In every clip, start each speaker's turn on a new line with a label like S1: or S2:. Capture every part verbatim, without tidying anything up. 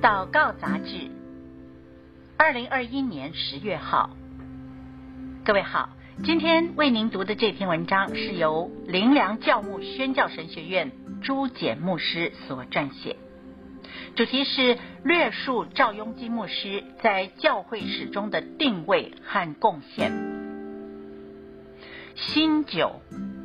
S1: 祷告杂志，二零二一年十月号。各位好，今天为您读的这篇文章是由灵粮教牧宣教神学院朱简牧师所撰写，主题是略述赵雍基牧师在教会史中的定位和贡献。新酒。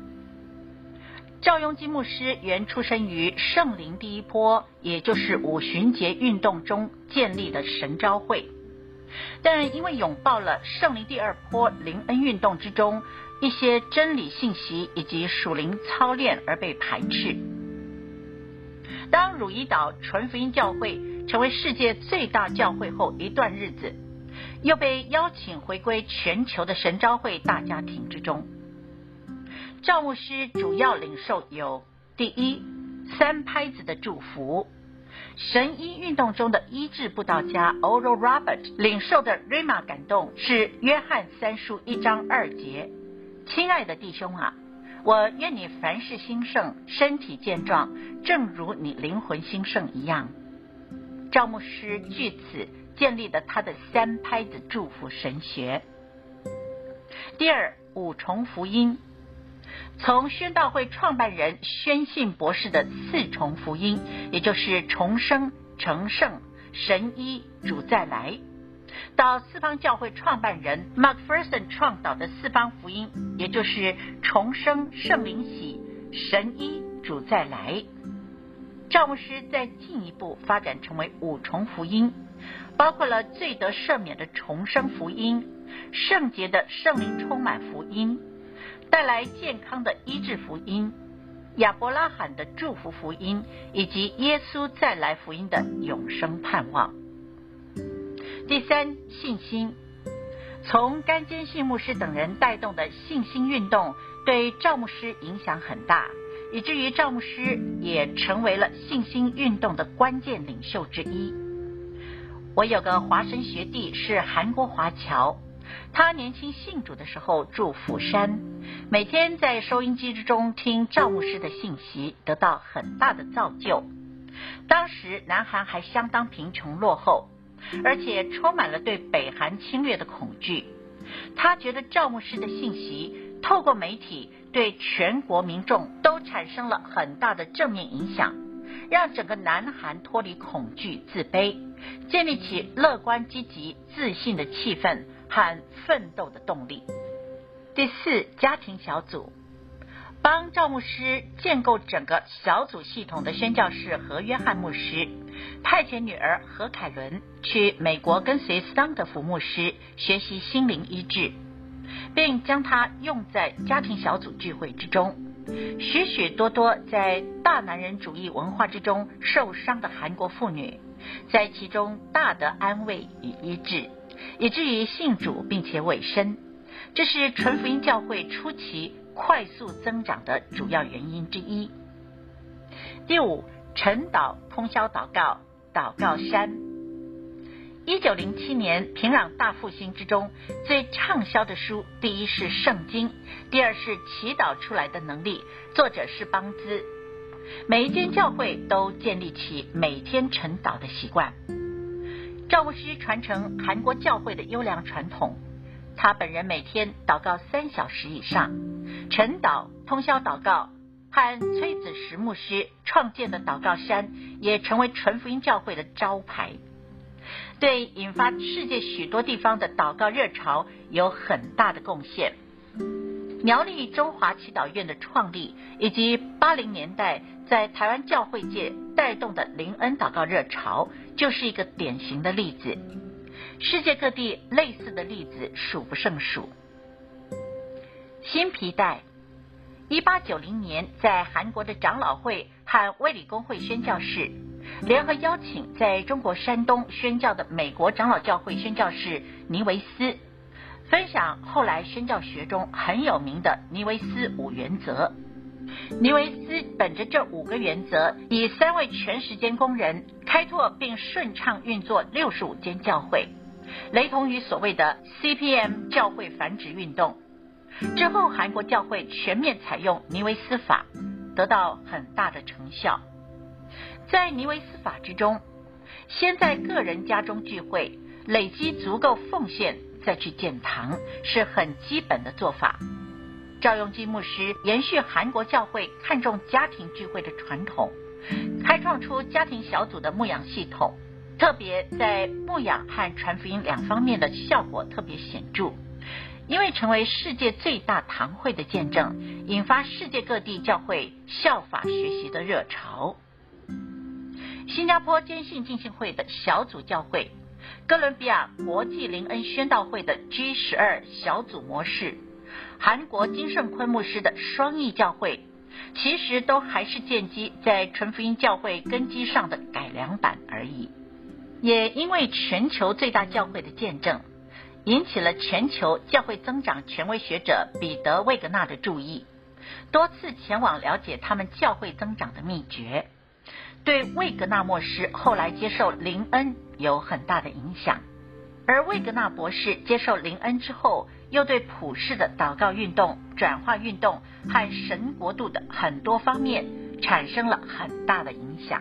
S1: 赵雍基牧师原出生于圣灵第一波，也就是五旬节运动中建立的神召会，但因为拥抱了圣灵第二波灵恩运动之中一些真理信息以及属灵操练而被排斥。当汝矣岛纯福音教会成为世界最大教会后一段日子，又被邀请回归全球的神召会大家庭之中。赵牧师主要领受有：第一，三拍子的祝福。神医运动中的医治布道家 Oral Roberts 领受的 Rhema 感动是约翰三书一章二节：亲爱的弟兄啊，我愿你凡事兴盛，身体健壮，正如你灵魂兴盛一样。赵牧师据此建立了他的三拍子祝福神学。第二，五重福音。从宣道会创办人宣信博士的四重福音，也就是重生、成圣、神医、主再来，到四方教会创办人 McPherson 创导的四方福音，也就是重生、圣灵喜、神医、主再来。赵牧师再进一步发展成为五重福音，包括了罪得赦免的重生福音、圣洁的圣灵充满福音、带来健康的医治福音、亚伯拉罕的祝福福音，以及耶稣再来福音的永生盼望。第三，信心。从甘坚信牧师等人带动的信心运动对赵牧师影响很大，以至于赵牧师也成为了信心运动的关键领袖之一。我有个华神学弟是韩国华侨，他年轻信主的时候住釜山，每天在收音机之中听赵牧师的信息，得到很大的造就。当时南韩还相当贫穷落后，而且充满了对北韩侵略的恐惧。他觉得赵牧师的信息透过媒体对全国民众都产生了很大的正面影响，让整个南韩脱离恐惧自卑，建立起乐观积极自信的气氛和奋斗的动力。第四，家庭小组。帮赵牧师建构整个小组系统的宣教士何约翰牧师派遣女儿何凯伦去美国跟随桑德福牧师学习心灵医治，并将它用在家庭小组聚会之中。许许多多在大男人主义文化之中受伤的韩国妇女在其中大得安慰与医治，以至于信主并且委身。这是纯福音教会初期快速增长的主要原因之一。第五，晨祷通宵祷告，祷告山。一九零七年平壤大复兴之中，最畅销的书，第一是圣经，第二是祈祷出来的能力，作者是邦兹。每一间教会都建立起每天晨祷的习惯。赵牧师传承韩国教会的优良传统，他本人每天祷告三小时以上，晨祷、通宵祷告和崔子石牧师创建的祷告山也成为纯福音教会的招牌，对引发世界许多地方的祷告热潮有很大的贡献。苗栗中华祈祷院的创立，以及八零年代在台湾教会界带动的灵恩祷告热潮，就是一个典型的例子。世界各地类似的例子数不胜数。新皮带。一八九零年在韩国的长老会和卫理公会宣教士联合邀请在中国山东宣教的美国长老教会宣教士尼维斯，分享后来宣教学中很有名的尼维斯五原则。尼维斯本着这五个原则，以三位全时间工人开拓并顺畅运作六十五间教会，雷同于所谓的 C P M 教会繁殖运动。之后韩国教会全面采用尼维斯法，得到很大的成效。在尼维斯法之中， 先在个人家中聚会，累积足够奉献，再去建堂，是很基本的做法。赵雍基牧师延续韩国教会看重家庭聚会的传统，开创出家庭小组的牧养系统，特别在牧养和传福音两方面的效果特别显著，因为成为世界最大堂会的见证，引发世界各地教会效法学习的热潮。新加坡坚信浸信会的小组教会，哥伦比亚国际灵恩宣道会的 G 十二 小组模式，韩国金圣坤牧师的双义教会，其实都还是建基在纯福音教会根基上的改良版而已。也因为全球最大教会的见证，引起了全球教会增长权威学者彼得·魏格纳的注意，多次前往了解他们教会增长的秘诀，对魏格纳牧师后来接受灵恩有很大的影响。而魏格纳博士接受灵恩之后，又对普世的祷告运动、转化运动和神国度的很多方面产生了很大的影响。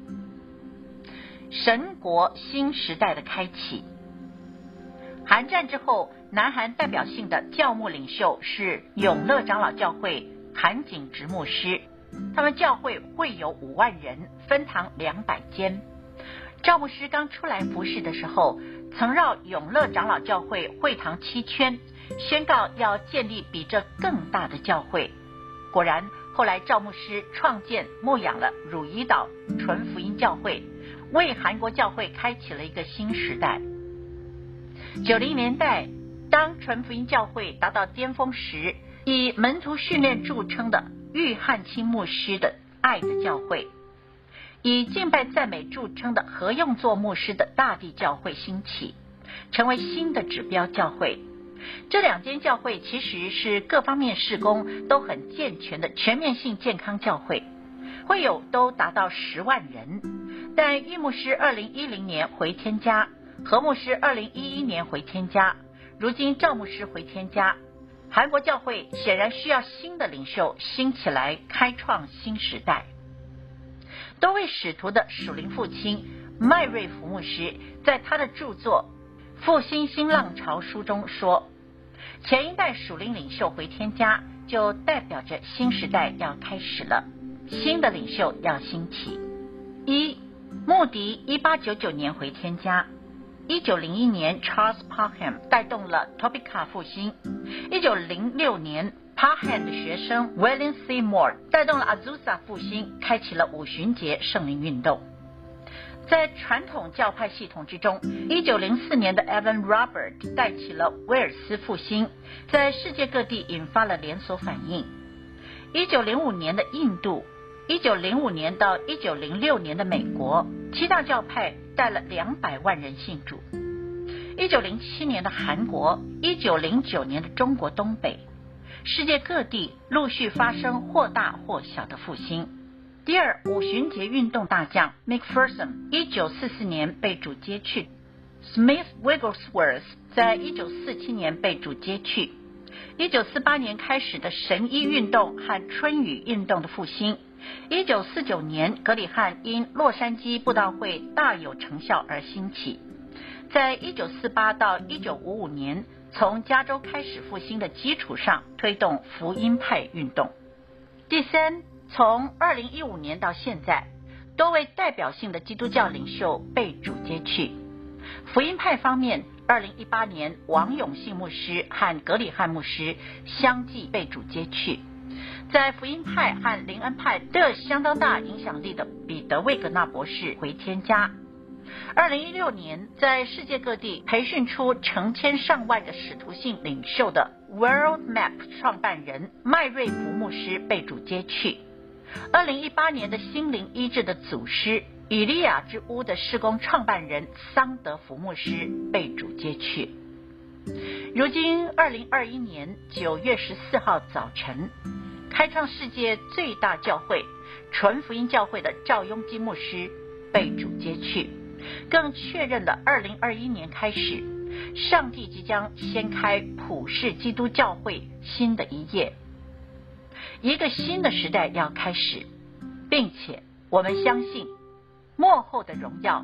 S1: 神国新时代的开启。韩战之后，南韩代表性的教牧领袖是永乐长老教会韩景直牧师，他们教会会有五万人，分堂两百间。赵牧师刚出来服侍的时候，曾绕永乐长老教会会堂七圈，宣告要建立比这更大的教会。果然，后来赵牧师创建牧养了汝矣岛纯福音教会，为韩国教会开启了一个新时代。九零年代，当纯福音教会达到巅峰时，以门徒训练著称的喻汉清牧师的爱的教会，以敬拜赞美著称的何用作牧师的大地教会兴起，成为新的指标教会。这两间教会其实是各方面事工都很健全的全面性健康教会，会友都达到十万人。但喻牧师二零一零年回天家，何牧师二零一一年回天家，如今赵牧师回天家，韩国教会显然需要新的领袖兴起来，开创新时代。多位使徒的属灵父亲麦瑞福牧师在他的著作《复兴新浪潮》书中说，前一代属灵领袖回天家，就代表着新时代要开始了，新的领袖要兴起。一，穆迪一八九九年回天家，一九零一年 Charles Parham 带动了 Topeka 复兴，一九零六年 Parham 的学生 William Seymour 带动了 Azusa 复兴，开启了五旬节圣灵运动。在传统教派系统之中，一九零四年的 Evan Robert 带起了威尔斯复兴，在世界各地引发了连锁反应。一九零五年的印度，一九零五年到一九零六年的美国，七大教派带了两百万人信主。一九零七年的韩国，一九零九年的中国东北，世界各地陆续发生或大或小的复兴。第二，五旬节运动大将 McPherson 一九四四年被主接去， Smith Wigglesworth 在一九四七年被主接去。一九四八年开始的神医运动和春雨运动的复兴，一九四九年格里汉因洛杉矶布道会大有成效而兴起。在一九四八到一九五五年从加州开始复兴的基础上，推动福音派运动。第三，从二零一五年到现在，多位代表性的基督教领袖被主接去。福音派方面，二零一八年王永信牧师和格里汉牧师相继被主接去。在福音派和灵恩派都有相当大影响力的彼得·魏格纳博士回天家。二零一六年，在世界各地培训出成千上万个使徒性领袖的 World Map 创办人麦瑞福牧师被主接去。二零一八年的心灵医治的祖师以利亚之屋的事工创办人桑德福牧师被主接去。如今二零二一年九月十四号早晨，开创世界最大教会纯福音教会的赵雍基牧师被主接去，更确认了二零二一年开始，上帝即将掀开普世基督教会新的一页，一个新的时代要开始，并且我们相信末后的荣耀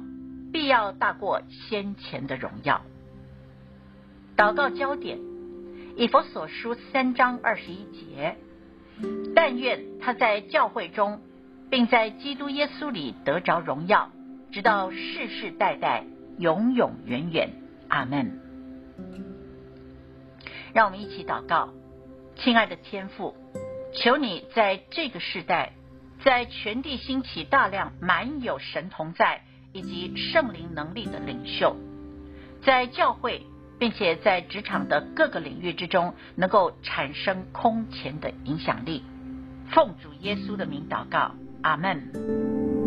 S1: 必要大过先前的荣耀。祷告焦点，以弗所书三章二十一节，但愿他在教会中，并在基督耶稣里得着荣耀，直到世世代代，永永远远。阿们。让我们一起祷告。亲爱的天父，求你在这个世代，在全地兴起大量满有神同在以及圣灵能力的领袖，在教会并且在职场的各个领域之中，能够产生空前的影响力。奉主耶稣的名祷告，阿们。